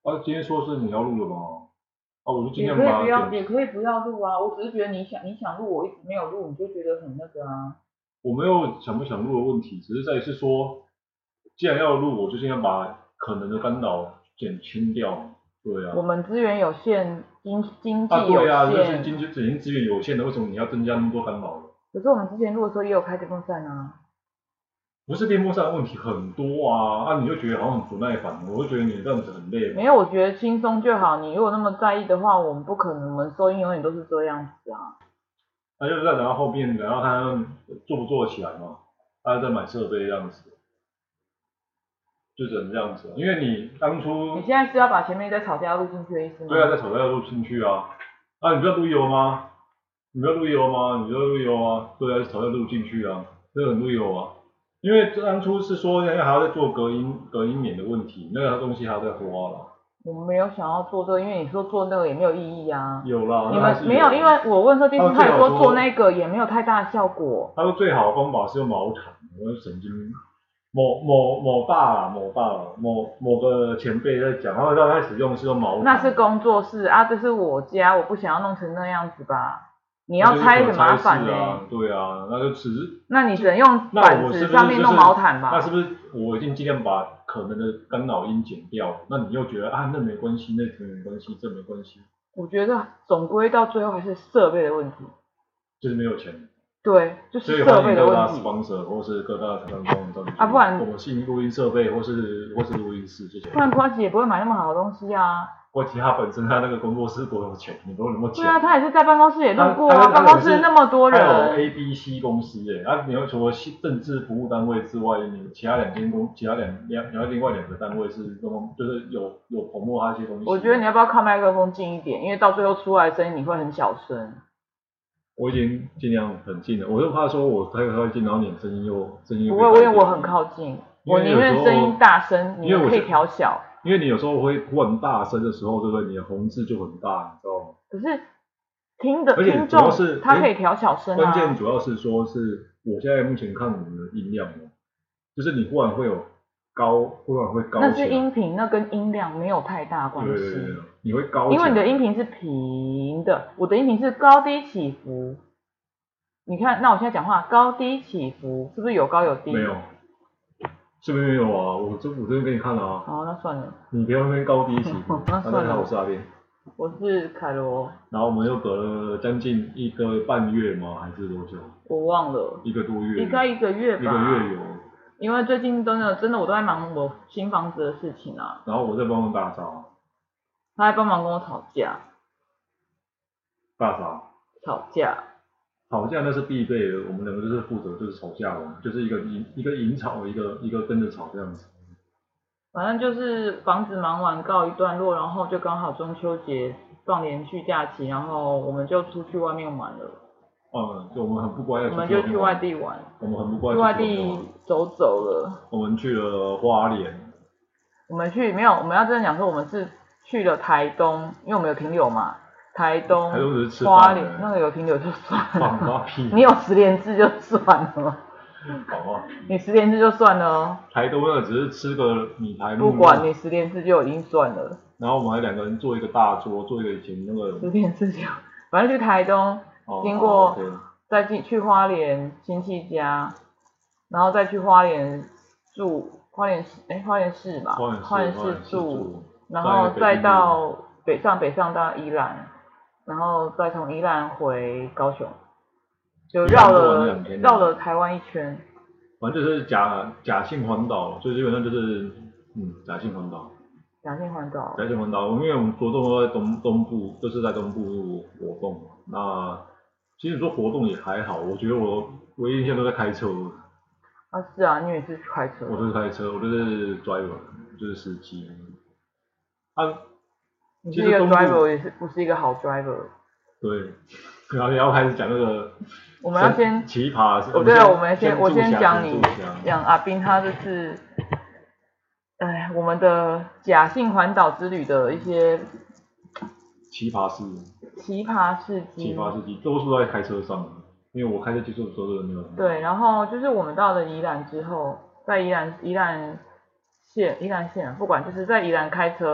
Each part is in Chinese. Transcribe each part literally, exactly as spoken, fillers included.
啊，今天说是你要录的吗？啊，我就尽也量可以不要， 把它剪。 也可以不要录啊。我只是觉得你想你想录，我一直没有录，你就觉得很那个啊。 我没有想不想录的问题，只是在于是说，既然要录，我就尽量把可能的干扰减轻掉。对啊。 我们资源有限，经经济啊， 有对啊，就是限。 经济已经资源有限的，为什么你要增加那么多干扰呢？ 可是我们之前录的时候也有开电风扇啊。 不是电风扇的问题很多啊，啊，你就觉得好像很不耐烦，我会觉得你这样子很累嘛。 没有，我觉得轻松就好。你如果那么在意的话，我们不可能，我们收音永远都是这样子啊。 那就是再等到后面，等到他做不做得起来嘛，他再买设备这样子，就只能这样子。因为你当初你现在是要把前面在吵架录进去的意思吗？ 对啊，在吵架要录进去啊，啊，你不要录油吗？你不要录油吗？你不要录油啊，对啊，吵架录进去啊，这个很录油啊。因为当初是说要还要再做隔音隔音棉的问题，那个东西还要再花了。 我们没有想要做这个，因为你说做那个也没有意义啊。 有啦， 你那还是们没有，因为我问设计师，他也说做那个也没有太大的效果。 他说最好的方法是用毛毯，我神经。某某某大啦，某大啦，某某个前辈在讲，然后他开始用是用毛毯。 那是工作室啊，这是我家，我不想要弄成那样子吧？你要拆很麻烦呢、 啊。对啊，那就只是。 那你只能用板子上面弄毛毯吧？ 那是不是我已经尽量把可能的干扰音减掉？那你又觉得啊，那没关系，那没关系，这没关系？ 我觉得总归到最后还是设备的问题。 就是没有钱。 对，就是设备的问题。 所以欢迎各大 sponsor 或是各大厂商帮我们找啊，不然我们新录音设备或是或是录音室，谢谢。 不然瓜吉也不会买那么好的东西啊。 瓜吉他本身他那个工作室多有钱，你都那么钱。 对啊，他也是在办公室也录过啊，办公室那么多人。 他有 A B C 公司耶，啊，你要除了政治服务单位之外，你其他两间公，其他两两，然后另外两个单位是就是有有捧墨他一些东西。 我觉得你要不要靠麦克风近一点，因为到最后出来的声音你会很小声。 我已经尽量很近了，我就怕说我太靠近，然后你声音又声音又。 不会，因为我很靠近，我宁愿声音大声，你可以调小。 因为你有时候会忽然大声的时候，对不对？你的红字就很大，你知道吗？ 可是听的听众他可以调小声啊。 关键主要是说是我现在目前看我们的音量哦，就是你忽然会有高，忽然会高。 那是音频，那跟音量没有太大关系。 对对对，你会高， 因为你的音频是平的，我的音频是高低起伏。你看，那我现在讲话高低起伏，是不是有高有低？ 没有。是不是没有啊？我这我这边给你看了啊。 好，那算了。 你不要那边高低起伏。 那算了。 我是阿边。 我是凯罗。 然后我们又隔了将近一个半月吗？还是多久？ 我忘了。 一个多月。 应该一个月吧。 一个月有。 因为最近真的真的我都在忙我新房子的事情啊。 然后我在帮忙打扫。 他还帮忙跟我吵架。 打扫。 吵架。 吵架那是必备的，我们两个就是负责就是吵架的，就是一个引一个引吵，一个一个跟着吵这样子。 反正就是房子忙完告一段落，然后就刚好中秋节放连续假期，然后我们就出去外面玩了。 嗯，就我们很不乖， 我们就去外地玩。 我们很不乖， 去外地走走了。 我们去了花莲。 我们去没有，我们要真的讲说我们是去了台东，因为我们有停留嘛。台东、花莲那个有停留就算了，你有十连制就算了，你十连制就算了哦。 台东那个只是吃个米苔目， 不管你十连制就已经算了。 然后我们还两个人做一个大桌，做一个以前那个。 十连制就，反正去台东， 哦、 经过、 okay. 再进去花莲亲戚家，然后再去花莲住花莲市，哎花莲市嘛，花莲市住，然后再到北上北上到宜兰。然后再从宜兰回高雄，就绕了绕了台湾一圈。 反正就是假假性环岛，所以基本上就是嗯假性环岛。 假性环岛。 假性环岛，因为我们着重都在东东部，就是在东部活动。那其实说活动也还好，我觉得我唯一印象都在开车。 啊是啊，你也是开车。 我就是开车，我就是 driver， 就是司机。啊。 你是一个 driver 也是不是一个好 driver。 对，然后要开始讲那个。 我们要先奇葩。 哦对啊，我们先我先讲你讲阿斌他这是，哎，我们的假性环岛之旅的一些奇葩事。 奇葩事迹。 奇葩事迹多数都在开车上，因为我开车技术的时候真的没有。 对，然后就是我们到了宜兰之后，在宜兰宜兰县宜兰县不管就是在宜兰开车。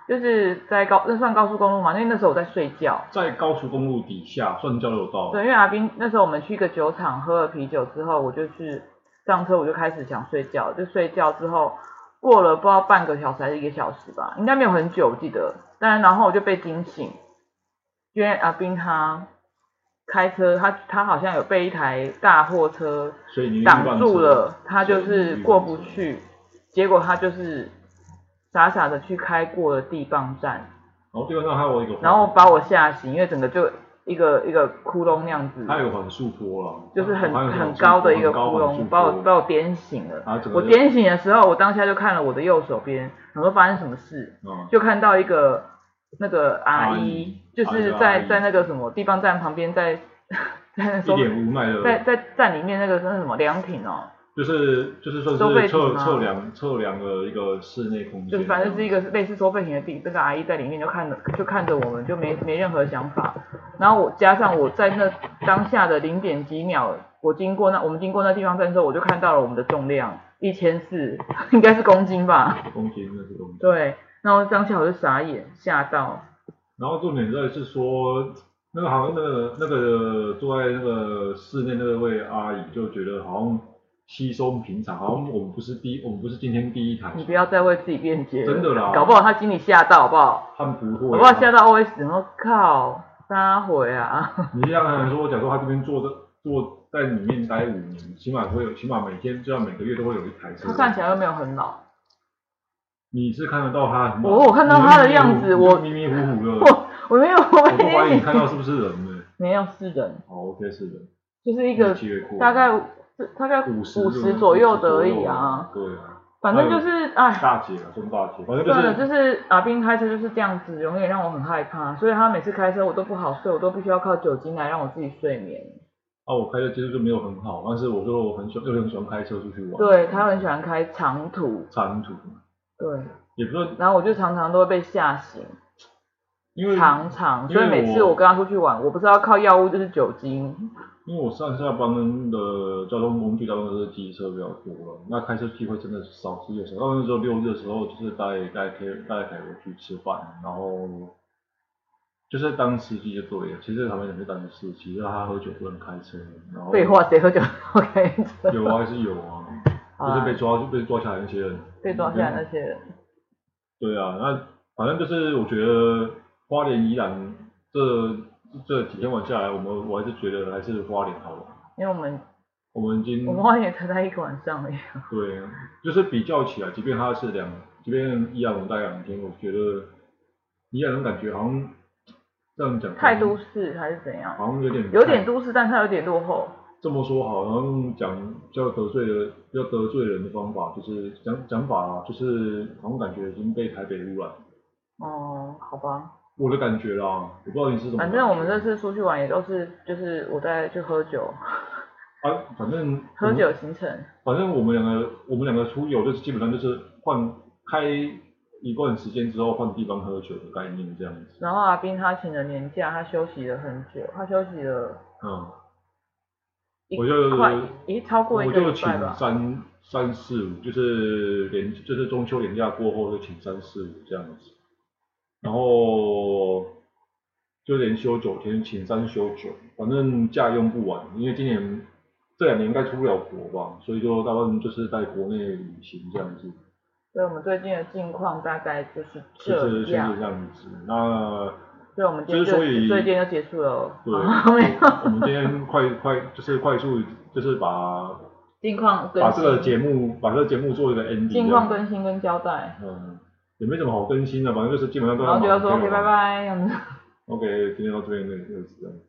就是在高那算高速公路嘛，因为那时候我在睡觉。 在高速公路底下算交流道。 对，因为阿斌那时候我们去一个酒厂喝了啤酒之后，我就去上车，我就开始想睡觉，就睡觉之后过了不知道半个小时还是一个小时吧，应该没有很久，我记得。但然后我就被惊醒，因为阿斌他开车，他他好像有被一台大货车挡住了，他就是过不去，结果他就是傻傻的去开过了地磅站， 然后地磅站还有一个， 然后把我吓醒，因为整个就一个一个窟窿那样子， 它有缓速坡了， 就是很很高的一个窟窿，把我把我点醒了。啊、我点醒的时候，我当下就看了我的右手边，然后发生什么事，嗯、就看到一个那个阿姨，就是在在那个什么地磅站旁边，在在那一脸无奈的， 在在站里面那个那什么凉亭哦。 就是就是说是测测量测量的一个室内空间， 就是反正是一个类似收费亭的地，这个阿姨在里面就看着就看着我们，就没没任何想法。然后我加上我在那当下的零点几秒，我经过那我们经过那地方站的时候，我就看到了我们的重量一千四，应该是公斤吧？ 公斤那是公斤。 对，然后当下我就傻眼，吓到。 然后重点在是说，那个好像那个那个坐在那个室内那位阿姨就觉得好像。稀松平常，好像我们不是第一，我们不是今天第一台。 你不要再为自己辩解了。 真的啦。 搞不好他心里吓到，好不好？ 他不会。 搞不好吓到 O S， 然后靠，撒回啊！ 你这样来说，假如说他这边坐着坐在里面待五年，起码会有，起码每天就要每个月都会有一台车。 他看起来又没有很老。 你是看得到他很老？ 我我看到他的样子，我迷迷糊糊的。 我我没有，我我不怀疑你看到是不是人呢？ 没有，是人。 哦 ，OK， 是人。 就是一个大概。大概五十左右的而已啊， 对啊， 反正就是哎， 大姐啊，中大姐，反正就是， 对了，就是阿斌开车就是这样子，永远让我很害怕，所以他每次开车我都不好睡，我都必须要靠酒精来让我自己睡眠。 啊，我开车其实就没有很好，但是我说我很喜欢，又很喜欢开车出去玩。 对，他很喜欢开长途。 长途。 对。 也不是。 然后我就常常都会被吓醒。 因为。 常常，所以每次我跟他出去玩，我不是要靠药物就是酒精。 因为我上下班的交通工具大部分都是机车比较多了，那开车机会真的少之又少。大部分时候六日的时候就是带带带凯罗去吃饭，然后就是当司机就对了。其实他们讲是当司机，就是他喝酒不能开车。然后废话，谁喝酒不开车？ 有啊，还是有啊，就是被抓就被抓下来那些人。 被抓下来那些人。 对啊，那反正就是我觉得花莲宜兰这。这几天玩下来，我们我还是觉得还是花莲好玩， 因为我们我们已经我们花莲才待一个晚上而已。 对，就是比较起来，即便它是两，即便宜兰我们待两天，我觉得宜兰的感觉好像这样讲太都市还是怎样？ 好像有点有点都市，但它有点落后。 这么说好像讲比较得罪的、比较得罪人的方法，就是讲讲法啊，就是好像感觉已经被台北污染。 哦，好吧。 我的感觉啦，我不知道你是怎么。 反正我们这次出去玩也都是，就是我在去喝酒。 啊，反正喝酒行程。 反正我们两个，我们两个出游就是基本上就是换开一段时间之后换地方喝酒的概念这样子。 然后阿斌他请了年假，他休息了很久，他休息了。 嗯。我就快，咦，超过一个礼拜吧。 我就请三三四五，就是连就是中秋连假过后就请三四五这样子。然后就连休九天，请三休九，反正假用不完，因为今年这两年应该出不了国吧，所以就大部分就是在国内旅行这样子。 所以我们最近的近况大概就是这样。就是先这样子，那所以我们今天就所以所以今天就结束了。 对，我们今天快快就是快速就是把近况把这个节目把这个节目做一个 ending。 近况更新跟交代。 嗯。也没什么好更新的，反正就是基本上都要。 然后就要说 OK 拜拜这样子。 OK， 今天到这边就是这样子。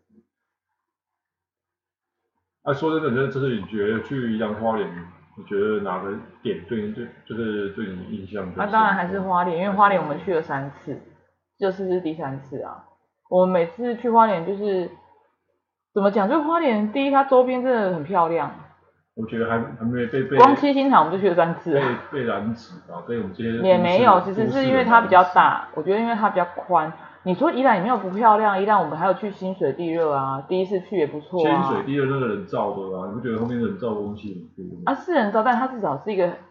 啊，说真的，这次你觉得去宜兰花莲，你觉得哪个点对你最就是对你印象？ 那、啊、当然还是花莲，因为花莲我们去了三次，这次是第三次啊。我们每次去花莲就是怎么讲，就花莲第一，它周边真的很漂亮。 我觉得还还没被被光七星潭我们就去了三次了， 被被染指啊，被我们这些也没有，其实是因为它比较大，我觉得因为它比较宽。你说宜兰也没有不漂亮，宜兰我们还有去新水地热啊，第一次去也不错啊。 新水地热那个人造的啊，你不觉得后面人造东西很多吗？ 啊，是人造，但它至少是一个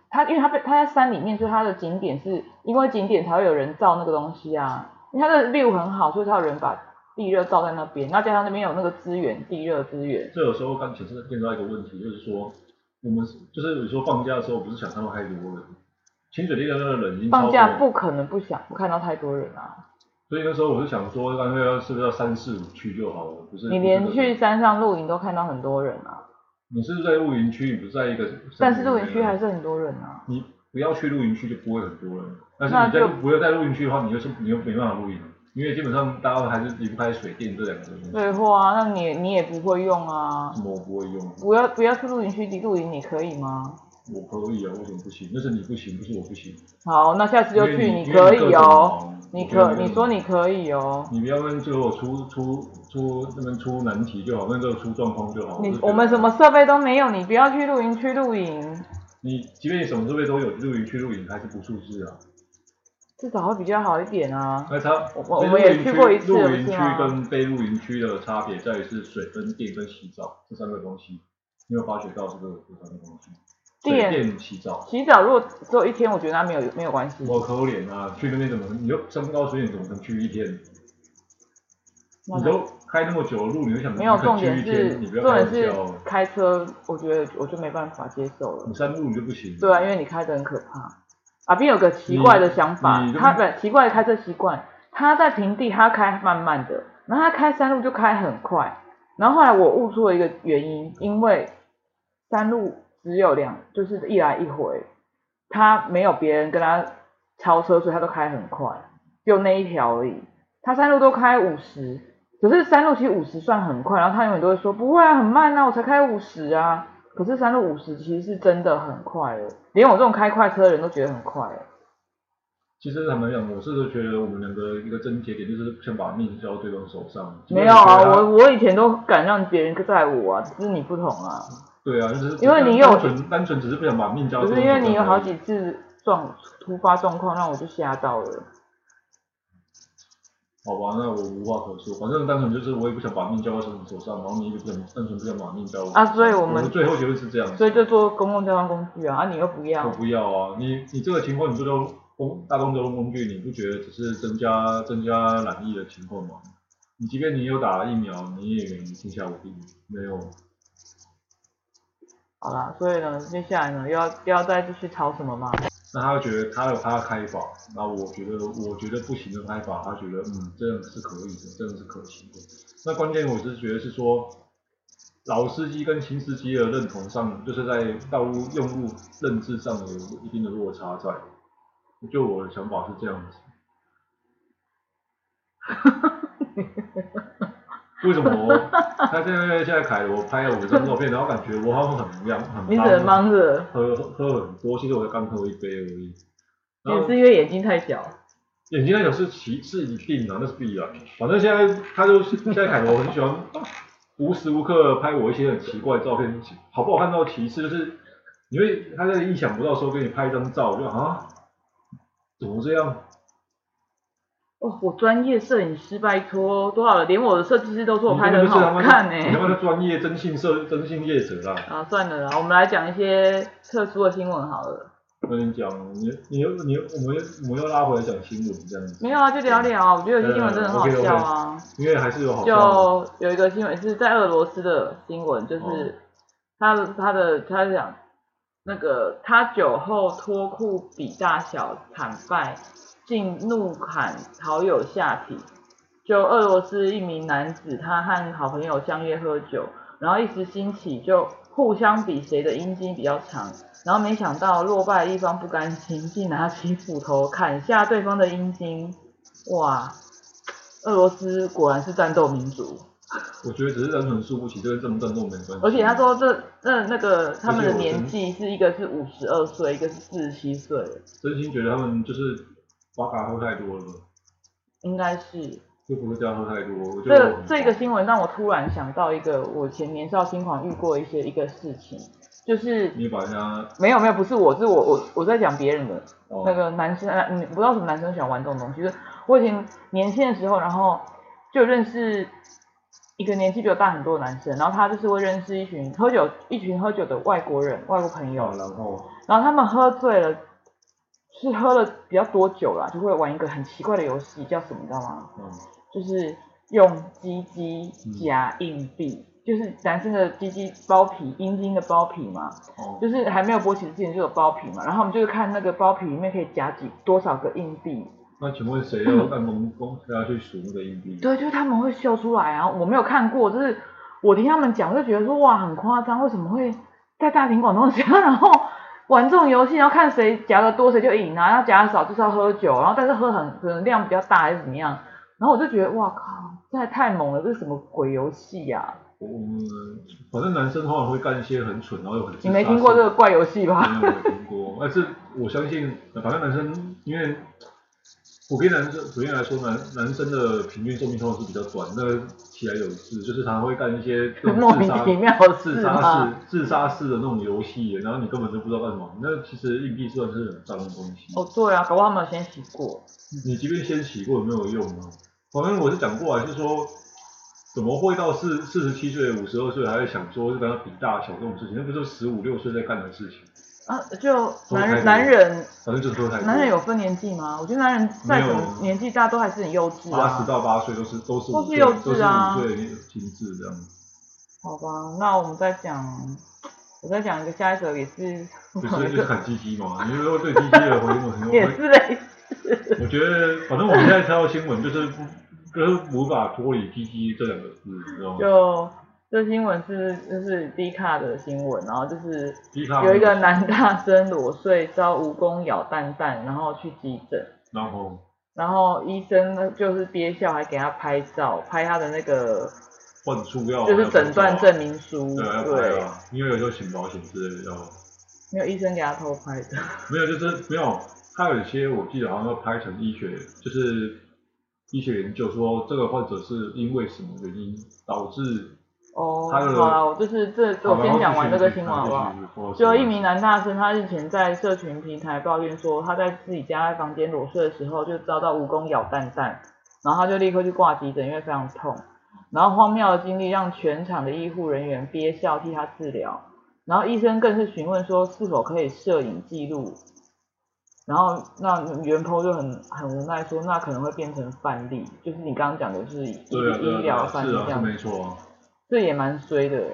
它因为它被它在山里面，所以它的景点是因为景点才会有人造那个东西啊。因为它的 view 很好，所以才有人把地热造在那边，然后加上那边有那个资源，地热资源。 这有时候刚显示见到一个问题，就是说我们就是有时候放假的时候，不是想看到太多人，清水地的那个人已经放假不可能不想不看到太多人啊。 所以那时候我是想说，干脆要是不是要三四五去就好了，不是？ 你连去山上露营都看到很多人啊。 你是在露营区，你不在一个。 但是露营区还是很多人啊。 你不要去露营区就不会很多人，但是你在不要在露营区的话，你又是你又没办法露营，因为基本上大家还是离不开水电这两个东西。 对话，那你你也不会用啊。 什么我不会用？ 不要不要去露营区露营，你可以吗？ 我可以啊，为什么不行？那是你不行，不是我不行。 好，那下次就去，你可以哦。你可你说你可以哦。 你不要跟最后出出出那边出难题就好，那个出状况就好。 你我们什么设备都没有，你不要去露营区露营。 你即便你什么设备都有，露营区露营还是不舒适啊。 至少会比较好一点啊。 那它我我们也去过一次， 露营区跟非露营区的差别在于是水跟电跟洗澡这三个东西。你有发觉到这个这三个东西？电、电、洗澡。 洗澡如果只有一天，我觉得它没有没有关系。 我可怜啊，去那边怎么你就山高水远，怎么能去一天？你都开那么久的路，你就想没有重点是， 你不要重点是开车，我觉得我就没办法接受了。 你山路你就不行。 对啊，因为你开得很可怕。阿斌有个奇怪的想法，他不奇怪的开车习惯，他在平地他开慢慢的，然后他开山路就开很快，然后后来我悟出了一个原因，因为山路只有两，就是一来一回，他没有别人跟他超车，所以他都开很快，就那一条而已。他山路都开五十，可是山路其实五十算很快，然后他永远都会说不会啊，很慢啊，我才开五十啊。可是山路五十其实是真的很快了，连我这种开快车的人都觉得很快了。 其实坦白讲，我是觉得我们两个一个症结点就是先把命交对方手上。 没有啊，我我以前都敢让别人载我啊，只是你不同啊。 对啊，就是因为你有单纯单纯只是不想把命交对方手上。 不是因为你有好几次状突发状况让我就吓到了。 好吧，那我无话可说，反正单纯就是我也不想把命交到你手上，然后你也不想单纯不想把命交到我手上。 啊，所以我们我最后结论是这样。 所以就做公共交通工具啊，啊你又不要。 我不要啊，你你这个情况你不都公大众交通工具，你不觉得只是增加增加染疫的情况吗？你即便你有打了疫苗，你也没天下无敌，没有。 好啦，所以呢，接下来呢，又要又要再继续吵什么吗？ 那他会觉得他有他的开法，那我觉得我觉得不行的开法，他觉得嗯这样是可以的，这样是可行的。那关键我是觉得是说，老司机跟新司机的认同上，就是在道路用路认知上有一定的落差在。就我的想法是这样子。为什么我他现在现在凯了我拍了五张照片，然后感觉我好像很亮很你只能忙着喝喝很多，其实我才刚喝一杯而已。 也是因为眼睛太小。 眼睛太小是其是一定的，那是必然。反正现在他就现在凯我很喜欢无时无刻拍我一些很奇怪的照片，好不好看到其次，就是你会他在意想不到的时候给你拍一张照，就啊怎么这样？ 哦，我专业摄影师，拜托，多少了？连我的设计师都说我拍得很好看呢、欸。 你他妈的专业征信社征信业者啦！ 啊，算了啦，我们来讲一些特殊的新闻好了。 我跟你讲，你你你我们我们又拉回来讲新闻这样子。 没有啊，就聊聊啊，我觉得有些新闻真的很好笑啊。 因为还是有好笑。 就有一个新闻是在俄罗斯的新闻，就是他的他的他讲那个他酒后脱裤比大小惨败。竟怒砍好友下体。就俄罗斯一名男子，他和好朋友相约喝酒，然后一时兴起就互相比谁的阴茎比较长，然后没想到落败一方不甘心，竟拿起斧头砍下对方的阴茎。哇，俄罗斯果然是战斗民族。 我觉得只是单纯输不起，这跟战不战斗没关系。 而且他说这那那个他们的年纪是一个是五十二岁，一个是四十七岁。 真心觉得他们就是巴卡喝太多了。应该是。 就不会这样喝太多。 这这个新闻让我突然想到一个我以前年少轻狂遇过一些一个事情，就是你把人家没有没有不是我是我我我在讲别人的、哦、那个男生，嗯，不知道什么男生喜欢玩这种东西，就是我以前年轻的时候，然后就认识一个年纪比我大很多的男生，然后他就是会认识一群喝酒一群喝酒的外国人外国朋友， 然后然后他们喝醉了。是喝了比较多酒啦，就会玩一个很奇怪的游戏，叫什么你知道吗？嗯，就是用鸡鸡夹硬币，嗯、就是男生的鸡鸡包皮，阴茎的包皮嘛，哦、就是还没有勃起之前就有包皮嘛，然后我们就是看那个包皮里面可以夹几多少个硬币。 那请问谁要按公公要去数那个硬币？ 对，就是他们会秀出来啊，我没有看过，就是我听他们讲，就觉得说哇很夸张，为什么会在大庭广众下，然后。玩这种游戏，然后看谁夹的多谁就赢啊，然后夹的少就是要喝酒，然后但是喝很可能量比较大还是怎么样，然后我就觉得哇靠，这还太猛了，这是什么鬼游戏呀？ 我们反正男生通常会干一些很蠢，然后又很你没听过这个怪游戏吧？ 没有没听过，但是我相信，反正男生因为普遍男生普遍来说，男男生的平均寿命通常是比较短，那个起来有事，就是常常会干一些莫名其妙的自杀式自杀式的那种游戏，然后你根本就不知道干什么。那其实硬币算是很脏的东西。 哦，对啊，搞不好他们有先洗过。 你即便先洗过，也没有用啊。反正我是讲过来，是说怎么会到四四十七岁、五十二岁还在想说是跟他比大小这种事情？那不是十五六岁在干的事情。 啊，就男人男人， 反正就是太男人有分年纪吗？我觉得男人再怎么年纪大都还是很幼稚啊。八十到八岁都是都是都是幼稚啊， 都是五岁心智这样。 好吧，那我们再讲，我再讲一个下一则也是， 就是就是看鸡鸡嘛，你如果对鸡鸡的回应很也是类似。 我觉得反正我们现在看到新闻就是不就是无法脱离鸡鸡这两个字，你知道吗？ 就。这新闻是就是D卡的新闻，然后就是有一个男大生裸睡遭蜈蚣咬蛋蛋，然后去急诊， 然后然后医生呢就是憋笑，还给他拍照，拍他的那个换出药， 就是诊断证明书， 对，要拍啊，因为有时候请保险之类的要。 没有医生给他偷拍的。 没有，就是没有，他有些我记得好像要拍成医学，就是医学研究说这个患者是因为什么原因导致。 哦，好了，我就是这，我先讲完这个新闻好不好？就一名男大生，他日前在社群平台抱怨说，他在自己家房间裸睡的时候，就遭到蜈蚣咬蛋蛋，然后他就立刻去挂急诊，因为非常痛。然后荒谬的经历让全场的医护人员憋笑替他治疗，然后医生更是询问说是否可以摄影记录，然后那袁po就很很无奈说，那可能会变成范例，就是你刚刚讲的就是医医疗范例这样， 是没错啊。 这也蛮衰的。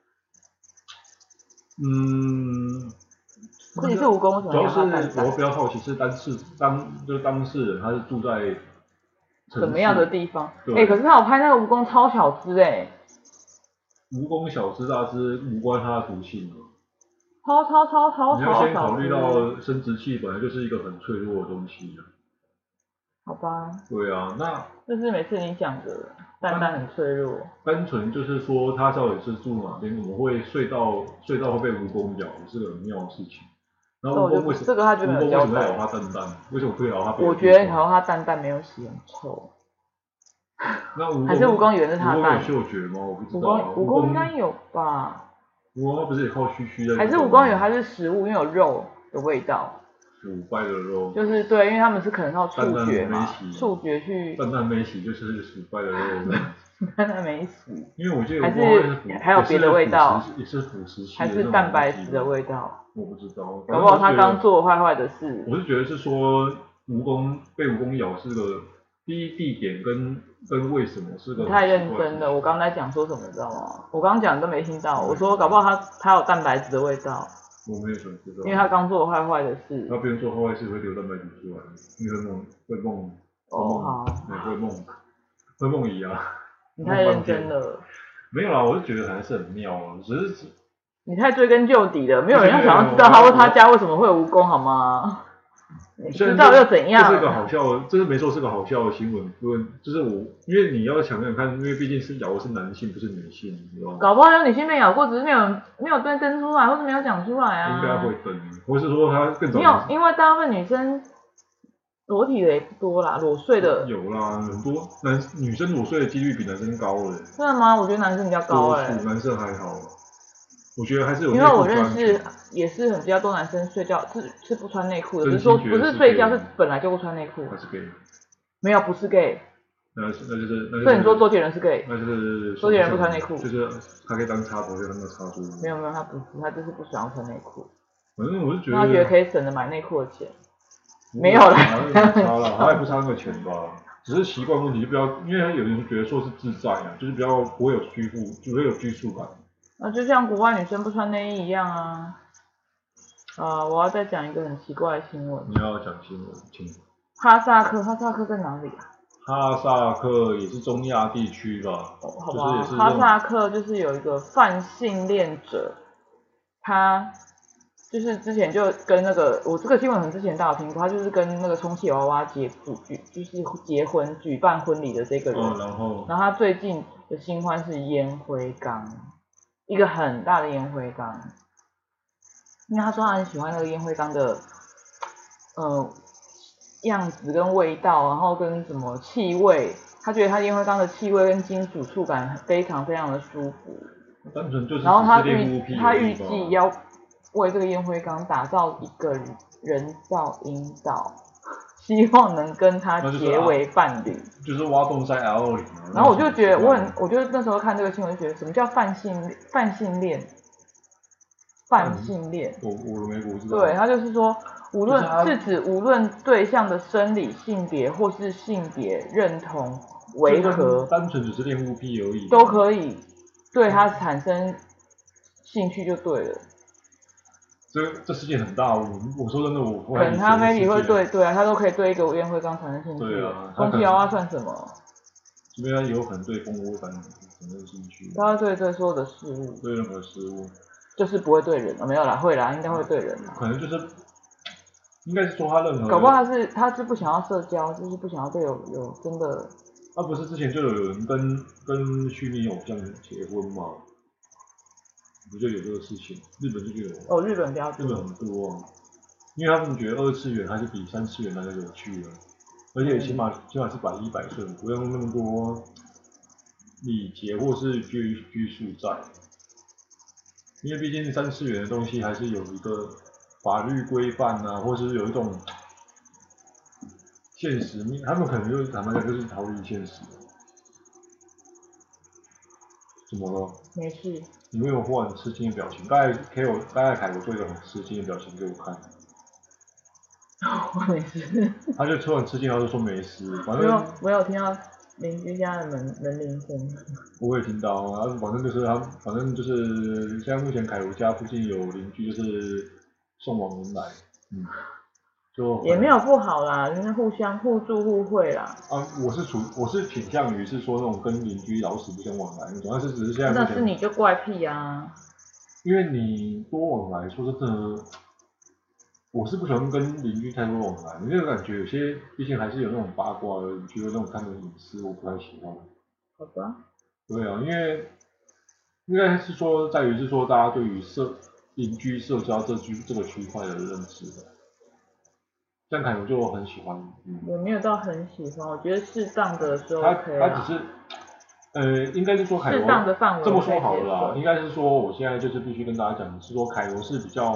嗯， 自己是蜈蚣， 主要是我比较好奇是当事当就是当事人他是住在什么样的地方？哎、欸，可是他有拍那个蜈蚣超小只哎、欸。 蜈蚣小只大只无关它的毒性超超超超超你要先考虑到生殖器本来就是一个很脆弱的东西啊。 好吧。 对啊，那就是每次你讲的蛋蛋很脆弱。 单纯就是说它到底是住哪边，我们会睡到睡到会被蜈蚣咬，是个很妙的事情。然后蜈蚣为什么？ 这个他就没有交代。 蜈蚣为什么要咬它蛋蛋？为什么不咬它？ 我觉得咬它蛋蛋没有洗很臭。 那蜈蚣还是蜈蚣以为是它蛋？ 蜈蚣有嗅觉吗？我不知道。 蜈蚣蜈蚣应该有吧？ 蜈蚣它不是也靠须须在？ 还是蜈蚣以为它是食物，因为有肉的味道。 腐败的肉。 就是对，因为他们是可能靠触觉嘛，触觉去。 蛋蛋没洗就是腐败的肉。 蛋蛋没洗。 因为我记得还是还有别的味道， 也是腐蚀期。 还是蛋白质的味道。 我不知道。 搞不好他刚做坏坏的事。 我是觉得是说蜈蚣被蜈蚣咬是个第一地点跟跟为什么是个。 太认真了，我刚才讲说什么你知道吗？我刚刚讲都没听到，我说搞不好他他有蛋白质的味道。 我没有想知道。 因为他刚做坏坏的事。 他别人做坏坏事会流蛋白质出来，因为会梦会梦。 哦好。 会梦会梦遗啊。 你太认真了。 没有啦，我是觉得还是很妙啊，只是。 你太追根究底了，没有人要想要知道他他家为什么会有蜈蚣好吗？你知道又怎样？ 这是个好笑，这是没错，是个好笑的新闻。不，就是我，因为你要想想看，因为毕竟是咬的是男性，不是女性，你知道吗？ 搞不好有女性被咬过，只是没有没有被登出来，或者没有讲出来啊。 应该会登，或是说他更早。 没有，因为大部分女生裸体的也不多啦，裸睡的。 有啦，很多男女生裸睡的几率比男生高了。 真的吗？我觉得男生比较高哎、 欸。男生还好。我觉得还是有。 因为我认识也是很比较多男生睡觉是是不穿内裤的，不是说不是睡觉，是本来就不穿内裤。 还是 gay？ 没有，不是 gay。 那是那就是那就是。 所以你说周杰伦是 gay？ 那就是周杰伦不穿内裤， 就是他可以当插头，就当个插座。 没有没有，他不是，他就是不喜欢穿内裤。 反正我是觉得。 他觉得可以省着买内裤的钱。没有啦， 没差啦，他也不差那个钱吧，只是习惯问题，就不要，因为有人觉得说是自在啊，就是比较不会有拘束，就不会有拘束感。 那就像国外女生不穿内衣一样啊。啊，我要再讲一个很奇怪的新闻。 你要讲新闻，请。 哈萨克，哈萨克在哪里啊？ 哈萨克也是中亚地区吧？ 哦，好吧，哈萨克就是有一个泛性恋者，他。就是之前就跟那个，我这个新闻很之前大家有听过，他就是跟那个充气娃娃结举，就是结婚举办婚礼的这个人， 哦、然后， 然后他最近的新欢是烟灰缸，一个很大的烟灰缸，因为他说他很喜欢那个烟灰缸的，呃，样子跟味道，然后跟什么气味，他觉得他烟灰缸的气味跟金属触感非常非常的舒服， 单纯就是然后他预他预计要。为这个烟灰缸打造一个人造阴道，希望能跟他结为伴侣。 就是、啊、就是挖洞塞 L 里。 然后我就觉得我很，我就那时候看这个新闻，觉得什么叫泛性泛性恋？泛性恋。 我我没不知道。 对，他就是说，无论是指无论对象的生理性别或是性别认同为何， 单纯只是恋物癖而已， 都可以对他产生兴趣就对了。 这这世界很大，我我说真的，我可能他 maybe 会对对啊，他都可以对一个烟灰缸产生兴趣。 对啊， 充气娃娃算什么？ 这边有可能对蜂窝感产生兴趣。 他会对对所有的事物。 对任何事物。 就是不会对人啊，没有啦，会啦，应该会对人啦。 可能就是，应该是说他任何。 搞不好他是他是不想要社交，就是不想要对有有真的。 他、啊、不是之前就有人跟跟虚拟偶像结婚吗？不就有这个事情？日本就有。 哦，日本比较多。日本很多、啊，因为他们觉得二次元还是比三次元来的有趣的，而且起码、嗯、起码是百依百顺，不用那么多礼节或是拘拘束在。因为毕竟三次元的东西还是有一个法律规范啊，或是有一种现实面，他们可能就坦白讲就是逃离现实。怎么了？ 没事。 你为什么忽然吃惊的表情？刚才 K 我，刚才凯我做一个很吃惊的表情给我看。 我没事。 他就突然吃惊，他就说没事。反正没有，我有听到邻居家的门门铃声。 我也听到啊，反正就是他，反正就是现在目前凯如家附近有邻居就是送往门来，嗯。 也没有不好啦，因为互相互助互惠啦。 啊，我是属我是倾向于是说那种跟邻居老死不相往来那种，但是只是现在。 那是你就怪癖啊。 因为你多往来，说真的，我是不喜欢跟邻居太多往来，因为感觉有些毕竟还是有那种八卦的，觉得那种看人隐私，我不太喜欢。 好吧。 对啊，因为应该是说在于是说大家对于社邻居社交这区这个区块的认知的。像凯文就很喜欢， 嗯，我没有到很喜欢，我觉得适当的时候 OK 啦。他他只是，呃，应该是说凯文适当的范围这么说好了啦，应该是说我现在就是必须跟大家讲，是说凯文是比较，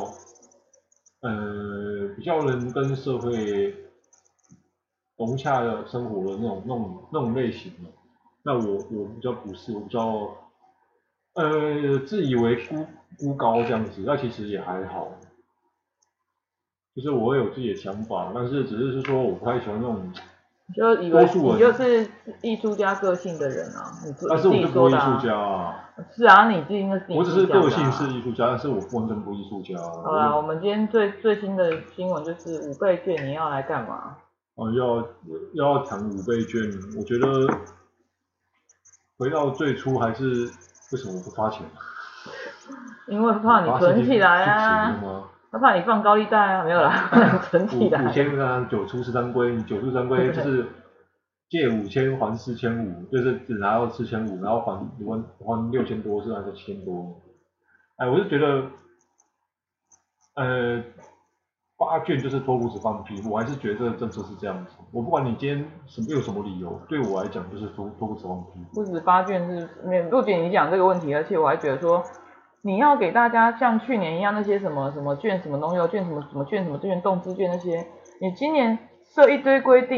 呃，比较能跟社会融洽的生活的那种那种那种类型的。那我我比较不是，我比较，呃，自以为孤孤高这样子，那其实也还好。就是我有自己的想法，但是只是是说我不太喜欢那种就以为你就是艺术家个性的人啊，你但是我就不是艺术家啊。 是啊，你自己那是艺术家、啊。 我只是个性是艺术家，但是我完全不艺术家、啊。 好啦，我们今天最最新的新闻就是五倍券，你要来干嘛？ 哦，要要抢五倍券，我觉得回到最初还是为什么不发钱？ 因为怕你存起来啊。他怕你放高利贷啊，没有啦，存起来。 五千啊，九出十三归，九出三归就是借五千还四千五，就是只拿到四千五，然后还还还六千多，是还是七千多？哎，我是觉得，呃，发券就是脱裤子放屁，我还是觉得这个政策是这样子。我不管你今天什么有什么理由，对我来讲就是脱脱裤子放屁。 不止发券是，没有，不仅你讲这个问题，而且我还觉得说。你要给大家像去年一样那些什么什么券什么农油券什么什么券什么券动资券那些，你今年设一堆规定，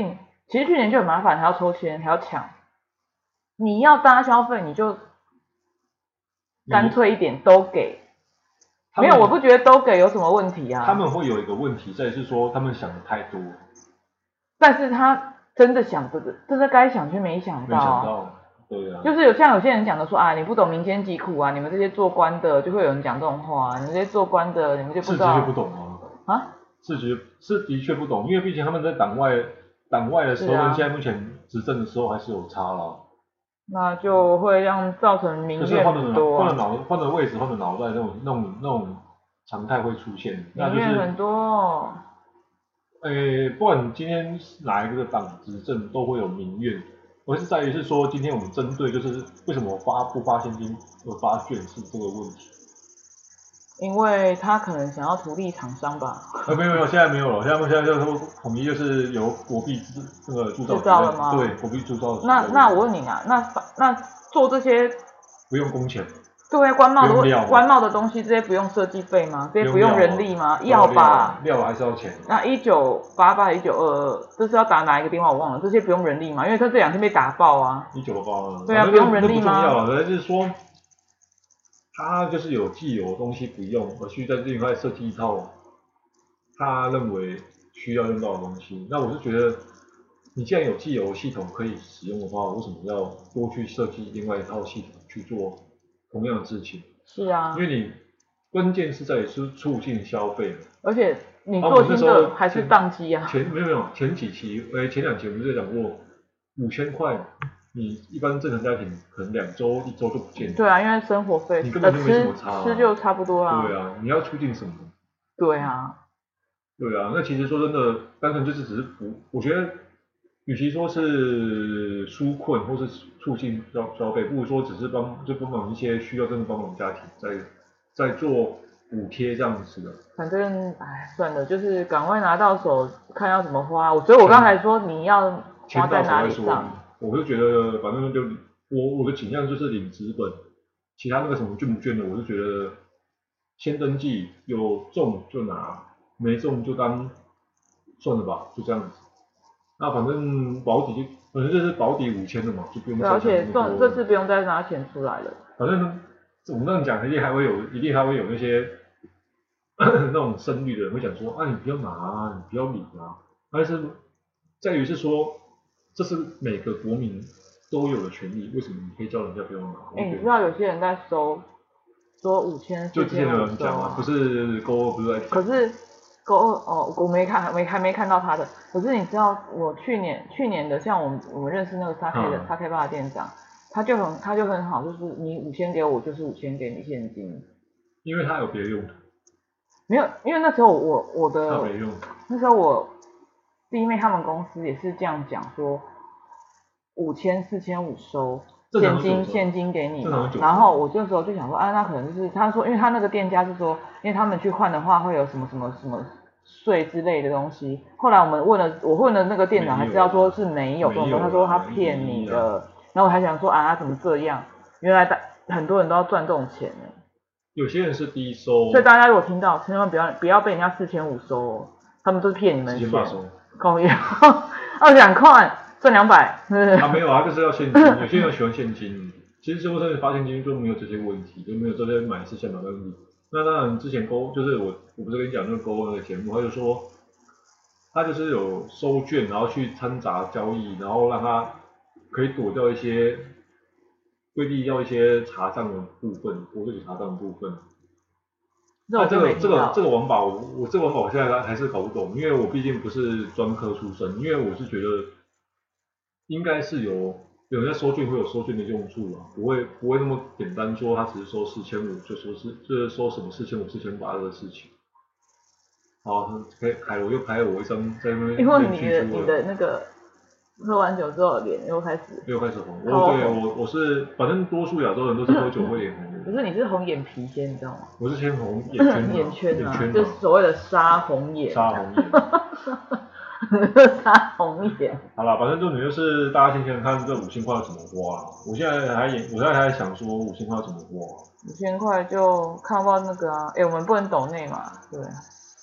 其实去年就很麻烦，还要抽签，还要抢。你要大家消费，你就干脆一点都给。没有，我不觉得都给有什么问题啊。 他们会有一个问题在于是说，他们想的太多。 但是他真的想这个，这是该想却没想到、啊。 没想到，对啊。 就是有像有些人讲的说啊，你不懂民间疾苦啊，你们这些做官的就会有人讲这种话、啊，你们这些做官的，你们就不知道。 是的确不懂啊。啊？是觉是的确不懂，因为毕竟他们在党外党外的时候，跟、啊、现在目前执政的时候还是有差啦。 那就会让造成民怨很多、 啊，就是换了脑换了位置换了脑袋那种那种那种常态会出现， 民怨很多、哦。 诶，不管今天哪一个党执政，都会有民怨，而是在于是说，今天我们针对就是为什么发不发现金而发券是这个问题。 因为他可能想要图利厂商吧。 呃，没有没有，现在没有了，现在现在就统一就是由国币那个铸造。 铸造了吗？ 对，国币铸造。 那那我问你啊，那那做这些不用工钱。 对，官帽的官帽的东西，这些不用设计费吗？这些不用人力吗？ 要吧。 料还是要钱。 那一九八八一九二二，这是要打哪一个电话我忘了，这些不用人力吗？因为他这两天被打爆啊。 一九八八。 对啊，不用人力吗？ 不重要了，就是说。他就是有既有的东西不用，而去在另外设计一套他认为需要用到的东西。那我是觉得，你既然有既有的系统可以使用的话，为什么要多去设计另外一套系统去做同样的事情？ 是啊， 因为你关键是在于是促进消费。 而且你做新的还是宕机啊。 前没有没有前几期，哎前两期我们就讲过，五千块。你一般正常家庭可能两周一周就不见了。 对啊，因为生活费， 你根本就没什么差、啊吃，吃就差不多啦。 对啊，你要促进什么？ 对啊， 对啊，那其实说真的，单纯就是只是不，我觉得，与其说是纾困或是促进消消费，不如说只是帮就帮忙一些需要真的帮忙家庭，在在做补贴这样子的。 反正哎，算了，就是赶快拿到手，看要怎么花。所以我刚才说你要花在哪里上。 我就觉得，反正就我我的倾向就是领纸本，其他那个什么券不券的，我就觉得先登记，有中就拿，没中就当算了吧，就这样子。那反正保底，反正就是保底五千的嘛，就不用再。 而且算这次不用再拿钱出来了。 反正我们这样讲，一定还会有，一定还会有那些那种深绿的人会讲说，啊你不要拿啊，你不要领啊，但是在于是说。这是每个国民都有的权利，为什么你可以叫人家不用拿？ 哎、欸，你知道有些人在收，说五千、 就之前有人讲啊，不是勾不是在。 可是勾哦，我没看，没还没看到他的。可是你知道，我去年去年的，像我们我们认识那个沙 K 的沙 K 吧的店长，他就很他就很好，就是你五千给我，就是五千给你现金。 因为他有别的用途。 没有，因为那时候我我的他没用。 那时候我。弟妹他们公司也是这样讲说，五千四千五收现金现金给你嘛，然后我这时候就想说，啊，那可能就是他说，因为他那个店家是说，因为他们去换的话会有什么什么什么税之类的东西。后来我们问了，我问了那个店长，还知道说是没有，没有他说他骗你的。然后我还想说啊，他怎么这样？原来大很多人都要赚这种钱呢。 有些人是低收， 所以大家如果听到，千万不要不要被人家四千五收哦，他们都是骗你们钱。高一二两块赚两百， 啊没有啊，就是要现金。有些人喜欢现金，其实最后真的发现金就没有这些问题，就没有这些买是现买问题。那当然之前勾就是我我不是跟你讲那个勾那个节目，他就说他就是有收券，然后去掺杂交易，然后让他可以躲掉一些规定要一些查账的部分，国税局查账的部分。那这个这个这个玩法，我我这个玩法我现在还是搞不懂，因为我毕竟不是专科出身，因为我是觉得应该是有有人在收券会有收券的用处啊，不会不会那么简单说他只是收四千五就说是就是收什么四千五四千八的事情。好，可以海螺又拍了我一张在那边。 因为你的你的那个喝完酒之后脸又开始又开始红，我对我我是反正多数亚洲人都是喝酒会脸红。 可是你是红眼皮先，你知道吗？ 我是先红眼圈， 眼圈啊， 就是所谓的杀红眼。 杀红眼。 杀红眼。 好了，反正重点就是大家先想看这五千块要怎么花。我现在还我现在还想说五千块要怎么花。 五千块就看不到那个啊，哎、欸，我们不能抖内嘛，对。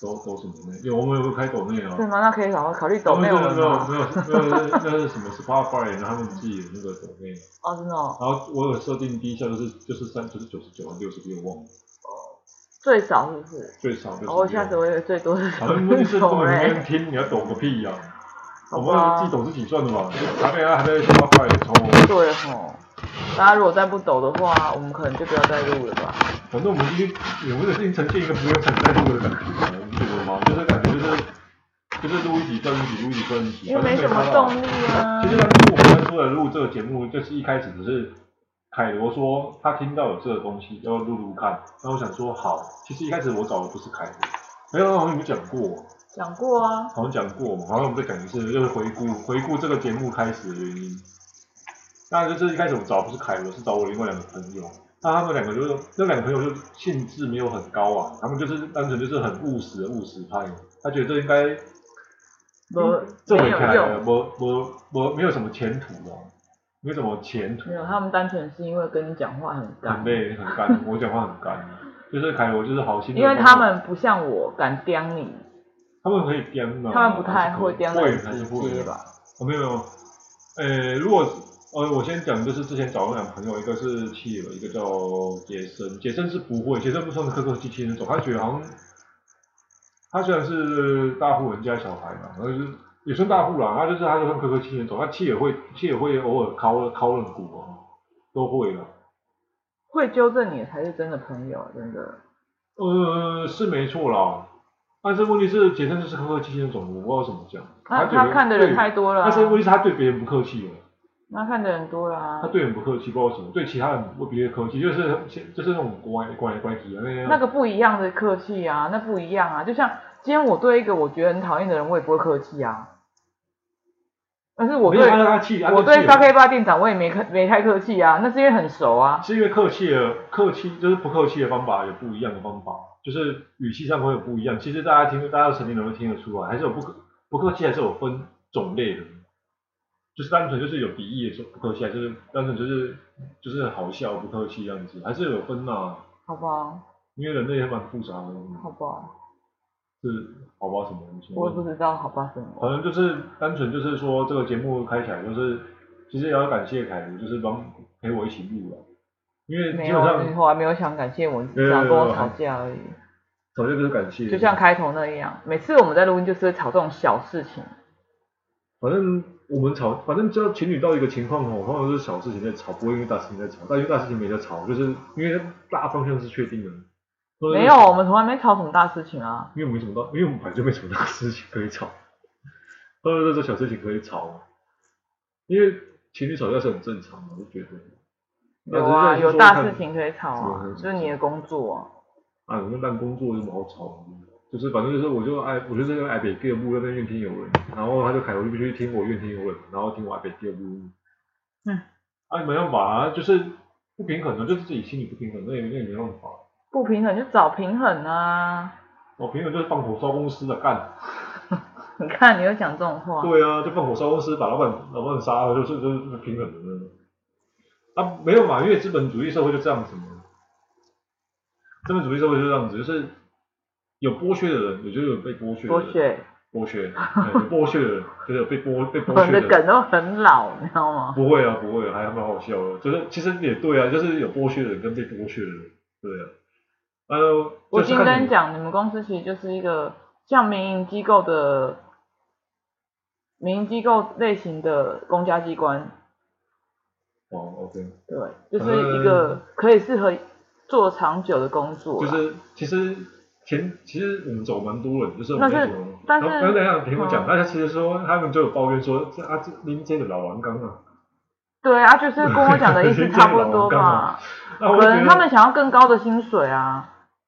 抖抖什么呢？有我们有开抖内啊。 对吗？那可以考考虑抖内我们吗？没有没有没有，那是什么 Spotify， 然后他们自己有那个抖内。 哦，真的哦。 然后我有设定低效就是就是三就是九十九和六十六忘了。 最少是不是？ 最少就是。 我下次我以为最多是。 反正问题是根本没人听，你要抖个屁呀！我们自己抖自己赚的嘛，还没还没 Spotify 抽。 对吼。大家如果再不抖的话，我们可能就不要再录了吧。 反正我们已经，我们已经呈现一个不用再录的感觉了，你觉得吗？就是感觉就是就是录一集赚一集，录一集赚一集。 因为没什么动力啊。 其实当初我们出来录这个节目，就是一开始只是凯罗说他听到有这个东西要录录看，然后我想说好，其实一开始我找的不是凯罗，没有，好像有没有讲过？ 讲过啊。 好像讲过嘛，好像我们再讲一次，就是回顾回顾这个节目开始的原因。那就是一开始我找不是凯罗，是找我另外两个朋友。那他们两个就是那两个朋友就兴致没有很高啊，他们就是单纯就是很务实的务实派，他觉得这应该， 没这回看来没没没没有什么前途啊，没有什么前途。 没有，他们单纯是因为跟你讲话很干。 很累很干，我讲话很干，就是凯罗就是好心的。 因为他们不像我敢刁你。 他们可以刁吗？ 他们不太会刁会还是会吧？ 我、哦、没有没有，呃，如果。呃，我先讲，就是之前找了两个朋友，一个是企鹅，一个叫杰森。杰森是不会，杰森不算是客客气气那种，他觉得好像，他虽然是大户人家小孩嘛，然后就是也算大户啦，他就是他就算客客气气那种，他企鹅会企鹅会偶尔敲敲人骨啊，都会的。 会纠正你才是真的朋友，真的。 呃，是没错啦，但是问题是杰森就是客客气气那种，我不知道怎么讲。 他他看的人太多了、啊。 但是问题是他对别人不客气了。 那看的人多啦、啊。 他对人不客气，不知道为什么，对其他人会比较客气，就是就是那种关关关系啊那样。 那个不一样的客气啊，那不一样啊，就像今天我对一个我觉得很讨厌的人，我也不会客气啊。但是我对我对三 K 八店长我也没客没太客气啊，那是因为很熟啊。 是因为客气的客气就是不客气的方法有不一样的方法，就是语气上会有不一样。其实大家听，大家成年人会听得出来，还是有不客不客气，还是有分种类的。就是单纯就是有敌意的时候不客气，还是单纯就是就是好笑不客气这样子，还是有分呐。 好吧。 因为人类还蛮复杂的。 好吧。 是好吧什么东西？ 我也不知道好吧什么。 可能就是单纯就是说这个节目开起来就是，其实也要感谢凯如，就是帮陪我一起录了。因为基本上我还没有想感谢我，只想跟我吵架而已。 吵架就是感谢。 就像开头那样，每次我们在录音就是会吵这种小事情。 反正我们吵，反正只要情侣到一个情况哦，通常都是小事情在吵，不会因为大事情在吵。但因为大事情没在吵，就是因为大方向是确定的。 没有，我们从来没吵什么大事情啊。 因为没什么大，因为我们本来就没什么大事情可以吵，都是这小事情可以吵。因为情侣吵架是很正常的，我觉得。 有啊，有大事情可以吵啊，就是你的工作啊。 啊，那烂工作有什么好吵的？就是反正就是我就爱，我就是爱北第二部那边怨天尤人，然后他就凯我就必须听我怨天尤人，然后听我爱北第二部。嗯。啊，没办法啊，就是不平衡的，就是自己心里不平衡，那也那也没办法。不平衡就找平衡啊。 哦，平衡就是放火烧公司的干。 你看，你又讲这种话。 对啊，就放火烧公司，把老板老板杀了，就是就是平衡的呢。啊，没有嘛，因为资本主义社会就这样子嘛。资本主义社会就这样子，就是有剥削的人，也就有被剥削的人。剥削。剥削。有剥削的人，就是有被剥被剥削的人。 我的梗都很老，你知道吗？ 不会啊，不会啊，还蛮好笑的。就是其实也对啊，就是有剥削的人跟被剥削的人，对啊。呃， 我已经跟你讲，你们公司其实就是一个像民营机构的民营机构类型的公家机关。 哦 ，OK。 对，就是一个可以适合做长久的工作。 就是其实前其实我们走蛮多人，就是我们那是但是等等一下听我讲，大家其实说他们就有抱怨说这啊这您这个老王刚啊。 对啊，就是跟我讲的意思差不多嘛。可能他们想要更高的薪水啊。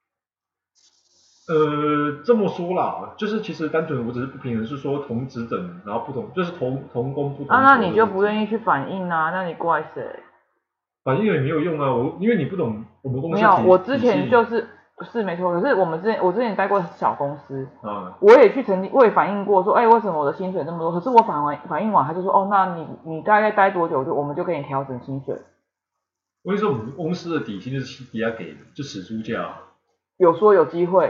呃，这么说啦，就是其实单纯我只是不平衡，是说同职等，然后不同，就是同同工不同酬。 啊，那你就不愿意去反映啊？那你怪谁？ 反映也没有用啊，我因为你不懂我们公司。 没有，我之前就是是没错，可是我们之前我之前待过小公司，嗯，我也去曾经我也反映过说，哎、欸，为什么我的薪水那么多？可是我反完反映完，他就说，哦，那你你大概待多久就我们就给你调整薪水。 我跟你说，我们公司的底薪就是底下给的，就死猪价。 有说有机会。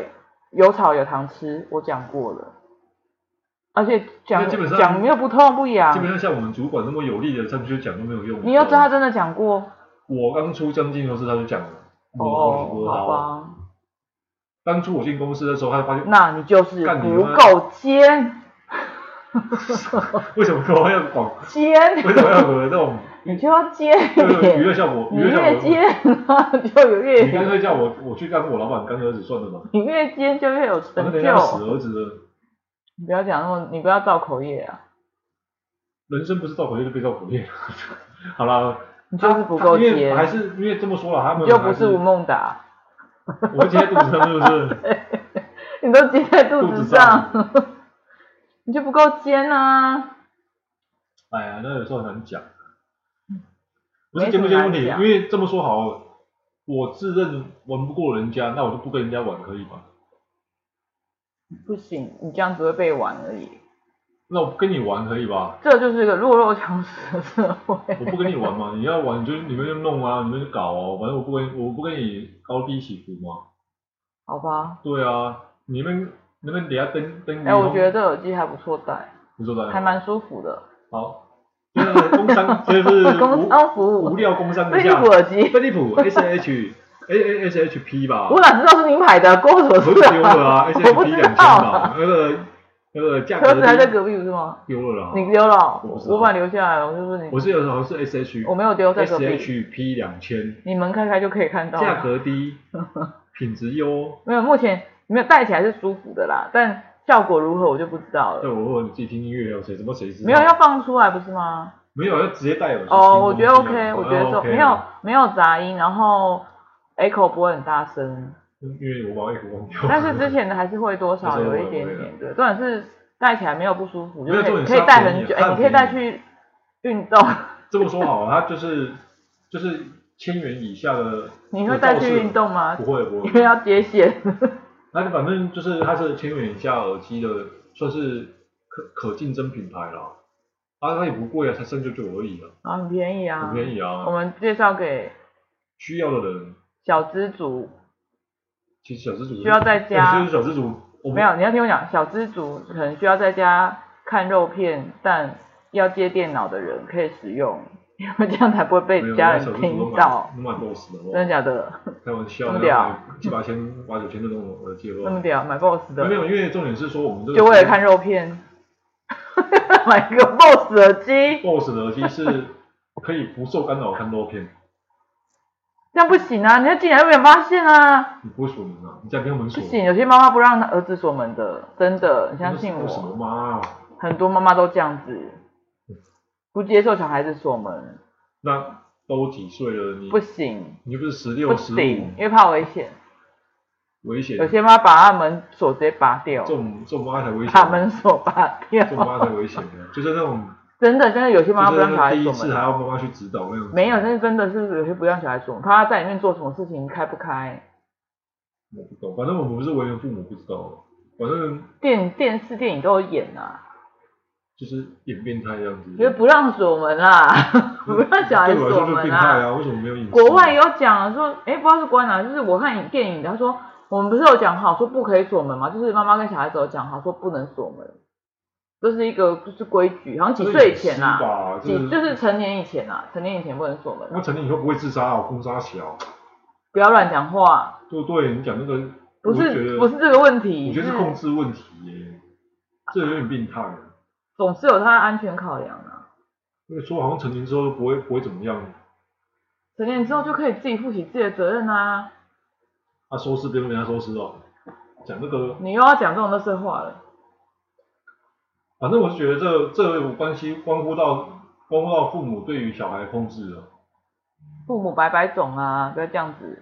有草有糖吃，我讲过了。而且讲基本上讲没有不痛不痒。 基本上像我们主管那么有力的上去讲都没有用。 你要知道他真的讲过。 我刚出将近的时候他就讲了。 哦，好吧。 当初我进公司的时候，他发现， 那你就是不够尖。 为什么我要广尖？ 为什么要有那种？ 你就要尖一点，娱乐效果， 你越尖，就有越。 你干脆叫我我去当我老板干儿子算了吧。 你越尖就越有成就。 那死儿子了。 你不要讲那么，你不要造口业啊。 人生不是造口业就被造口业。好了。 你就是不够尖。 因为还是因为这么说了，他们就不是吴孟达。 我接在肚子上是不是？ 你都接在肚子上，你就不够尖啊！ 哎呀，那有时候很难讲。不是尖不尖问题，因为这么说好，我自认玩不过人家，那我就不跟人家玩，可以吗？ 不行，你这样只会被玩而已。 那我不跟你玩可以吧？ 这就是一个弱肉强食的社会。 我不跟你玩嘛，你要玩你就你们就弄啊，你们就搞哦，反正我不跟我不跟你高低起伏嘛。 好吧。 对啊，你们你们等下登登。 哎，我觉得这耳机还不错戴。 不错戴。 还蛮舒服的。 好，就是工商，就是工商服务。 无料工商一下。 飞利浦耳机。 飞利浦 S H A A S H P 吧。 我哪知道是您买的，关我什么事啊？丢了啊 ，S H P 两千吧，那个。那个价格。 车子还在隔壁不是吗？ 丢了啦。 你丢了？我我把它留下来了，我就是你。 我是有好像是 S H。 我没有丢在隔壁。 S H P 两千。 你门开开就可以看到。 价格低，品质优。 没有，目前没有戴起来是舒服的啦，但效果如何我就不知道了。 对，我问你自己听音乐有谁？怎么谁知道？ 没有要放出来不是吗？ 没有，要直接戴耳机。 哦，我觉得 OK， 我觉得说没有没有杂音，然后 echo 不会很大声。 因为我把 echo 忘掉。 但是之前的还是会多少有一点点的，重点是。戴起来没有不舒服，就可以可以戴很久，哎，你可以带去运动。 这么说好，它就是就是千元以下的。 你会带去运动吗？ 不会不会， 因为要接线。 那反正就是它是千元以下耳机的，算是可可竞争品牌啦。啊，它也不贵啊，才三九九而已啊。 啊，很便宜啊。 很便宜啊。 我们介绍给需要的人。 小资族。 其实小资族需要在家。 就是小资族。 没有，你要听我讲，小资族可能需要在家看肉片，但要接电脑的人可以使用，因为这样才不会被家人听到。 买 B O S S 的， 真的假的？ 开玩笑， 那么屌， 七八千、八九千的那种耳机， 那么屌，买 B O S S 的。 没有，因为重点是说我们这个就为了看肉片，买一个 B O S S 耳机。 B O S S 的耳机是可以不受干扰看肉片。 这样不行啊！你要进来会被人发现啊！ 你不会锁门啊？你家没有门锁？ 不行，有些妈妈不让她儿子锁门的，真的，你相信我。 什么妈？ 很多妈妈都这样子，不接受小孩子锁门。 那都几岁了？你不行， 你又不是十六、十五， 因为怕危险。 危险。 有些妈把他门锁直接拔掉。 这种这种妈才危险。 把门锁拔掉。 这种妈才危险的，就是那种。 真的，真的有些妈妈不让小孩锁门。第一次还要妈妈去指导那种。 没有，但是真的是有些不让小孩锁门，怕他在里面做什么事情开不开。 我不懂，反正我们不是为人父母，不知道。反正电电视电影都有演啊。 就是演变态这样子。 就是不让锁门啦，不让小孩锁门啦。啊，为什么没有隐私？ 国外有讲说，哎，不知道是国外哪，就是我看电影，他说我们不是有讲好说不可以锁门吗？就是妈妈跟小孩子有讲好说不能锁门。这是一个就是规矩，好像几岁以前啊，几就是成年以前啊，成年以前不能锁门。 那成年以后不会自杀啊，攻杀小。 不要乱讲话。 对对，你讲那个不是不是这个问题， 我觉得是控制问题耶，这有点病态。 总是有他的安全考量啊。 因为说好像成年之后不会不会怎么样。 成年之后就可以自己负起自己的责任啊。 他收尸不用人家收尸哦，讲这个。 你又要讲这种垃圾话了。 反正我是觉得这这有关系，关乎到关乎到父母对于小孩控制了。 父母百百种啊，不要这样子。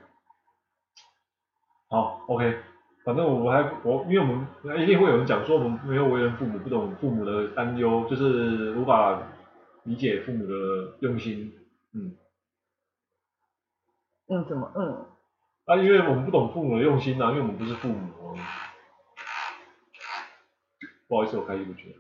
好 ，OK， 反正我还我因为我们一定会有人讲说我们没有为人父母，不懂父母的担忧，就是无法理解父母的用心，嗯。 嗯，怎么嗯？ 啊，因为我们不懂父母的用心啊，因为我们不是父母哦。不好意思，我开一不觉得。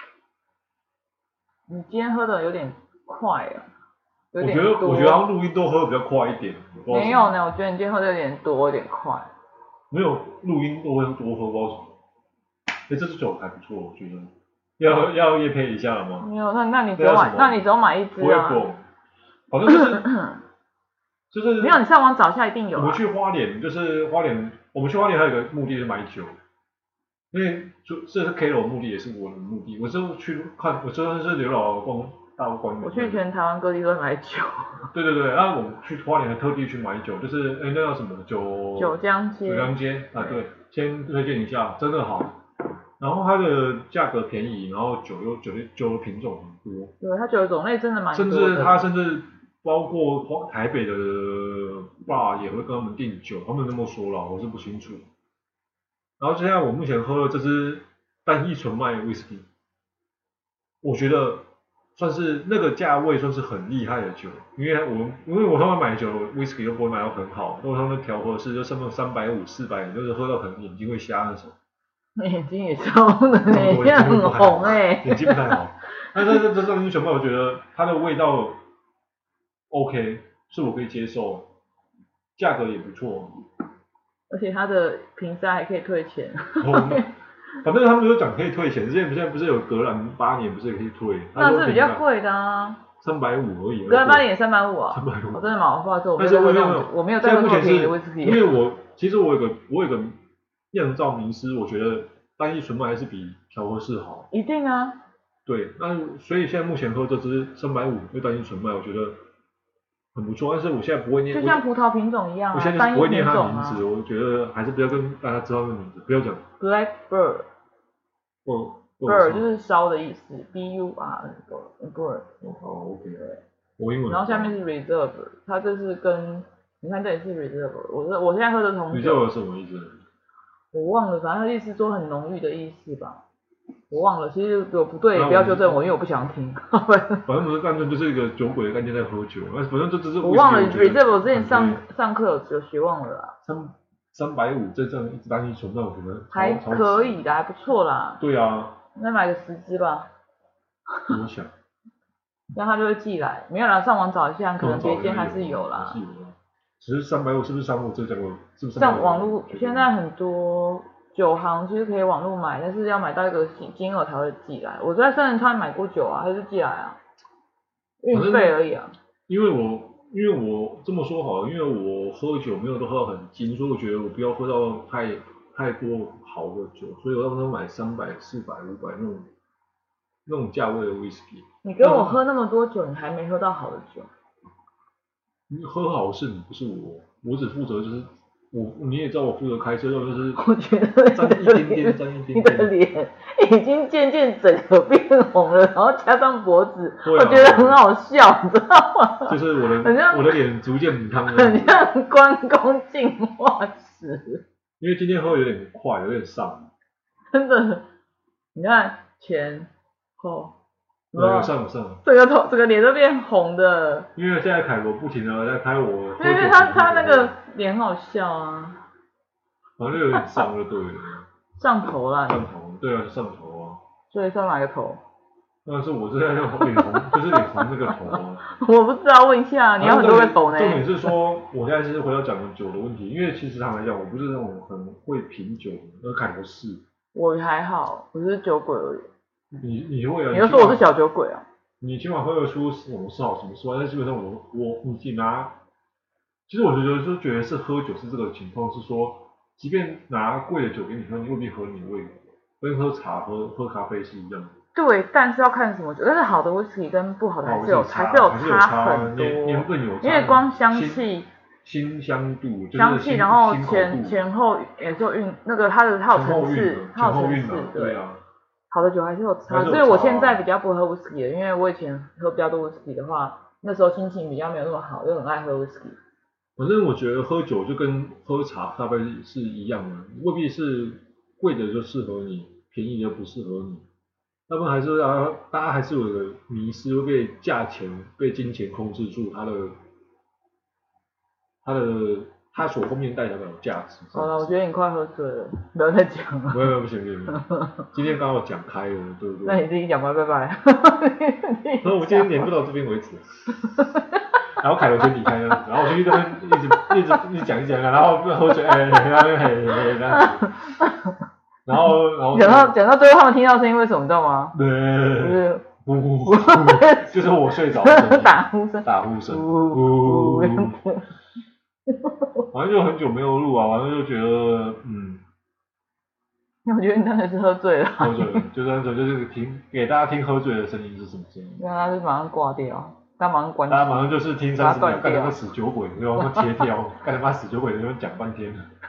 你今天喝的有点快啊，有点多。我觉得我觉得他录音都喝的比较快一点。 没有呢，我觉得你今天喝的有点多，有点快。 没有录音都会多喝包什么。哎，这支酒还不错，我觉得。要要业配一下了吗？ 没有，那那你只有买，那你只有买一支啊。 不会好像就是就是没有，你上网找一下一定有、啊。 我们去花莲，就是花莲，我们去花莲还有一个目的是买酒，因为这是 K 楼的目的，也是我的目的。我是去看，我真的是刘老逛大陆公园。 我去全台湾各地都买酒。 对对对，那我们去花莲还特地去买酒，就是哎那叫什么酒？ 九江街。 九江街啊，对，先推荐一下，真的好。然后它的价格便宜，然后酒又酒酒的品种很多。 对，它酒的种类真的蛮多的。甚至它甚至包括台北的 bar 也会跟他们订酒，他们那么说了，我是不清楚。然后现在我目前喝了这支单一纯麦 whisky， 我觉得算是那个价位算是很厉害的酒，因为我因为我他们买酒 whisky 都不会买到很好，如果他们调和是就上面三百五、四百，就是喝到可能眼睛会瞎那种。 眼睛也烧了，眼睛很红哎、 欸，眼睛不太好。但是这这单一纯麦，我觉得它的味道 OK， 是我可以接受，价格也不错。 而且它的瓶塞还可以退钱。 哦、反正他们有讲可以退钱，之前现在不是有格兰八年不是也可以退？ 那是比较贵的啊。 三百五而已。 格兰八年也三百五啊。 三百五。 我真的吗？不好意思，我没有喝那种，我没有在喝过便宜的威士忌。 因为我其实我有个我有个酿造迷思，我觉得单一纯麦还是比调和式好。 一定啊。 对，那所以现在目前喝这支三百五就单一纯麦，我觉得很不错。但是我现在不会念， 就像葡萄品种一样啊， 我现在不会念它的名字， 啊、 我觉得还是不要跟大家知道那个名字，不要讲。 Blackbird。 哦 bird 就是烧的意思 ，B U R bird。 哦 ，OK。我英文。 然后下面是 reserve， 它这是跟你看这里是 reserve， 我我现在喝的红酒。 reserve 是什么意思？ 我忘了，反正它意思说很浓郁的意思吧。我忘了，其实如果不对，不要纠正我，因为我不想听。 反正我是单纯就是一个酒鬼的概念在喝酒，反正这只是我忘了 reserve， 我之前上上课有学忘了啦。 三三百五，这这样一直单一纯，那我觉得还可以的，还不错啦。 对啊。 那买个十支吧。 我想。 这样他就会寄来，没有啦，上网找一下，可能别间还是有啦。 是有啦。只是三百五是不是三百五这个价格？是不是？ 上网络现在很多。酒行其实可以网络买，但是要买到一个金额才会寄来。我在三人川买过酒啊，还是寄来啊，运费而已啊。 因为我因为我这么说好了，因为我喝酒没有都喝到很精，所以我觉得我不要喝到太太多好的酒，所以我让他买三百、四百、五百那种那种价位的 whisky。 你跟我喝那么多酒，你还没喝到好的酒？ 你喝好是你，不是我，我只负责就是。我你也知道我负责开车，就是我觉得沾一点点，沾一点点。 你的脸已经渐渐整个变红了，然后加上脖子，啊、我觉得很好笑，你知道吗？ 就是我的我的脸逐渐很烫， 很像关公进化石。 因为今天喝有点快，有点上。 真的，你看前后。 有上有上， 这个头这个脸都变红的。 因为现在凯罗不停的在拍我， 因为他他那个脸好笑啊。 好像有点上就对了。 上头啦。 上头，对啊，上头啊。 所以上哪个头？ 但是我是在脸红，就是脸红那个头啊。 我不知道，问一下，你要很多个头呢。 重点是说，我现在是回到讲酒的问题，因为其实坦白讲，我不是那种很会品酒的，而凯罗是。我还好，我是酒鬼而已。 你你会啊？ 你又说我是小酒鬼啊？ 你起码喝得出什么是好什么是坏，但基本上我我你自己拿，其实我觉得就觉得是喝酒是这个情况，是说，即便拿贵的酒给你喝，你未必合你胃口，跟喝茶喝喝咖啡是一样的。 对，但是要看什么酒，但是好的威士忌跟不好的还是有还是有差很多， 年份有差， 因为光香气。 新香度， 香气，然后前前后也就运那个它的它有层次，它有层次，对啊。好的酒还是有差，所以我现在比较不喝 whisky 了，因为我以前喝比较多 whisky 的话，那时候心情比较没有那么好，又很爱喝 whisky。 反正我觉得喝酒就跟喝茶、咖啡是一样的，未必是贵的就适合你，便宜的不适合你。大部分还是大家大家还是有一个迷失，会被价钱、被金钱控制住它的它的。它所后面代表的价值。 好了，我觉得你快喝醉了，不要再讲了。 没有没有，不行不行，今天刚好讲开了，对不对？ 那你自己讲吧，拜拜。 那我们今天连不到这边为止。 然后凯罗先离开这样子，然后我就去那边一直一直一直讲一讲，然后喝水，哎，那边嘿嘿这样子，然后然后讲到讲到最后，他们听到声音为什么你知道吗？ 对， 就是呼呼呼，就是我睡着的声音， 打呼声， 打呼声， 呜呜， 反正就很久没有录啊，反正就觉得嗯。 我觉得你真的是喝醉了。 喝醉了，就单纯就是听给大家听喝醉的声音是什么声音？ 那他就马上挂掉，他马上关。 大家马上就是听三十秒，干他妈死酒鬼，然后切掉，干他妈死酒鬼，在那边讲半天。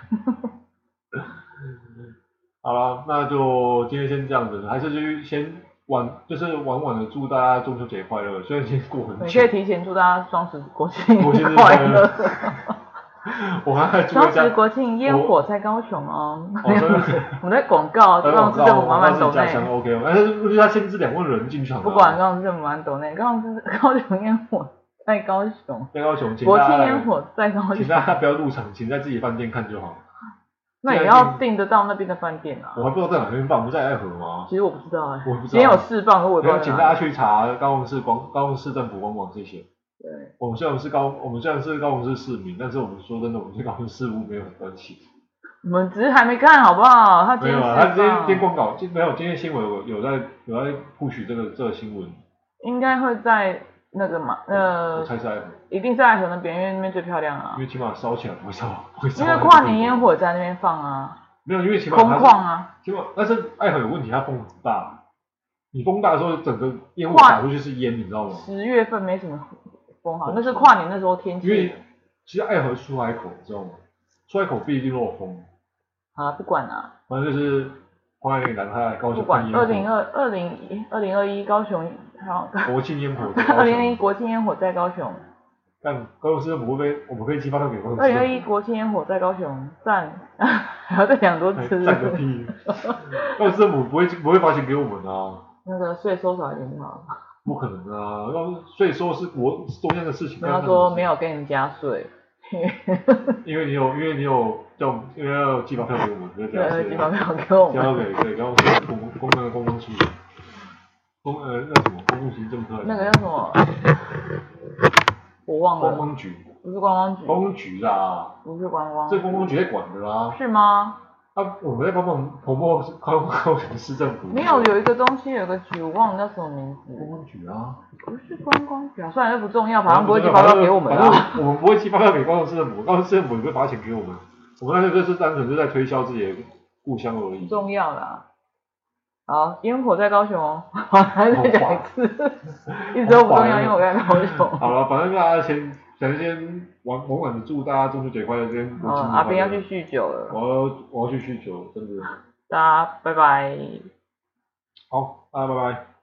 好了，那就今天先这样子，还是就先晚，就是晚晚的祝大家中秋节快乐。虽然今天过很久， 你可以提前祝大家双十国庆快乐。 我还在双十国庆烟火在高雄哦， 我们在广告，高雄市政府满满抖内 ，OK， 但是他限制两万人进场。 不管高雄市政府满抖内，高雄高雄烟火在高雄， 在高雄， 国庆烟火在高雄， 请大家不要入场，请在自己饭店看就好。 那也要订得到那边的饭店啊。 我还不知道在哪边放，不是在爱河吗？ 其实我不知道哎， 我不知道。 今天有释放，我也不知道。 请大家去查高雄市光高雄市政府官网这些。 对， 我们虽然是高，我们虽然是高雄市市民，但是我们说真的，我们跟高雄事务没有很关系。 我们只是还没看好不好？他今天没有啊，他今天今天公告，今没有今天新闻有有在有在 push 这个这个新闻。 应该会在那个嘛，呃， 我猜是爱河， 一定是爱河那边，因为那边最漂亮啊。 因为起码烧起来不会烧，不会烧。 因为跨年烟火在那边放啊。 没有，因为起码空旷啊。 起码，但是爱河有问题，它风很大。你风大的时候，整个烟雾打出去是烟，你知道吗？ 十月份没什么风好，那是跨年那时候天气。 因为其实爱河出海口，你知道吗？出海口不一定漏风。 啊，不管啊。 反正就是花莲南海高雄。 不管二零二二零二零二一高雄好。 国庆烟火。 二零二一国庆烟火在高雄。 但高雄市政府会被我们可以寄发票给高雄市政府。 二零二一国庆烟火在高雄，赞，还要再讲多次。 赞个屁！高雄市政府不会不会发钱给我们啊。 那个税收少一点就好了。 不可能啊！要税收是国中央的事情。 他说没有给你加税。 因为你有，因为你有叫，因为要寄发票给我们，对对，寄发票给我们。 交给对，然后公公那个公共处，公呃那什么公共行政科。 那个叫什么？我忘了。 观光局。 不是观光局。 观光局啦。 不是观光。 这观光局在管的啦。 是吗？ 啊，我们在帮忙婆婆高高雄市政府。 没有，有一个东西，有一个局，我忘了叫什么名字。 观光局啊。 不是观光局啊，算了，这不重要，反正不会寄发票给我们啊。 我们不会寄发票给高雄市政府，高雄市政府也会发钱给我们。我们那个就是单纯是在推销自己的故乡而已。 不重要啦。好，烟火在高雄哦，还再讲一次，一直都不重要，因为我在高雄。 好了，反正大家先，先先晚晚晚的祝大家中秋节快乐，今天国庆节快乐。 阿斌要去酗酒了。 我要我要去酗酒，真的。 大家拜拜。 好，大家拜拜。